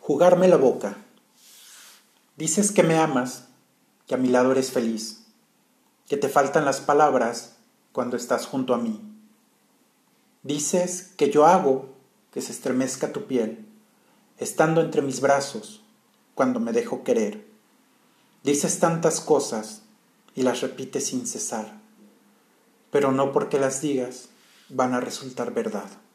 Jugarme la boca. Dices que me amas, que a mi lado eres feliz, que te faltan las palabras cuando estás junto a mí. Dices que yo hago que se estremezca tu piel, estando entre mis brazos cuando me dejo querer. Dices tantas cosas y las repites sin cesar, pero no porque las digas van a resultar verdad.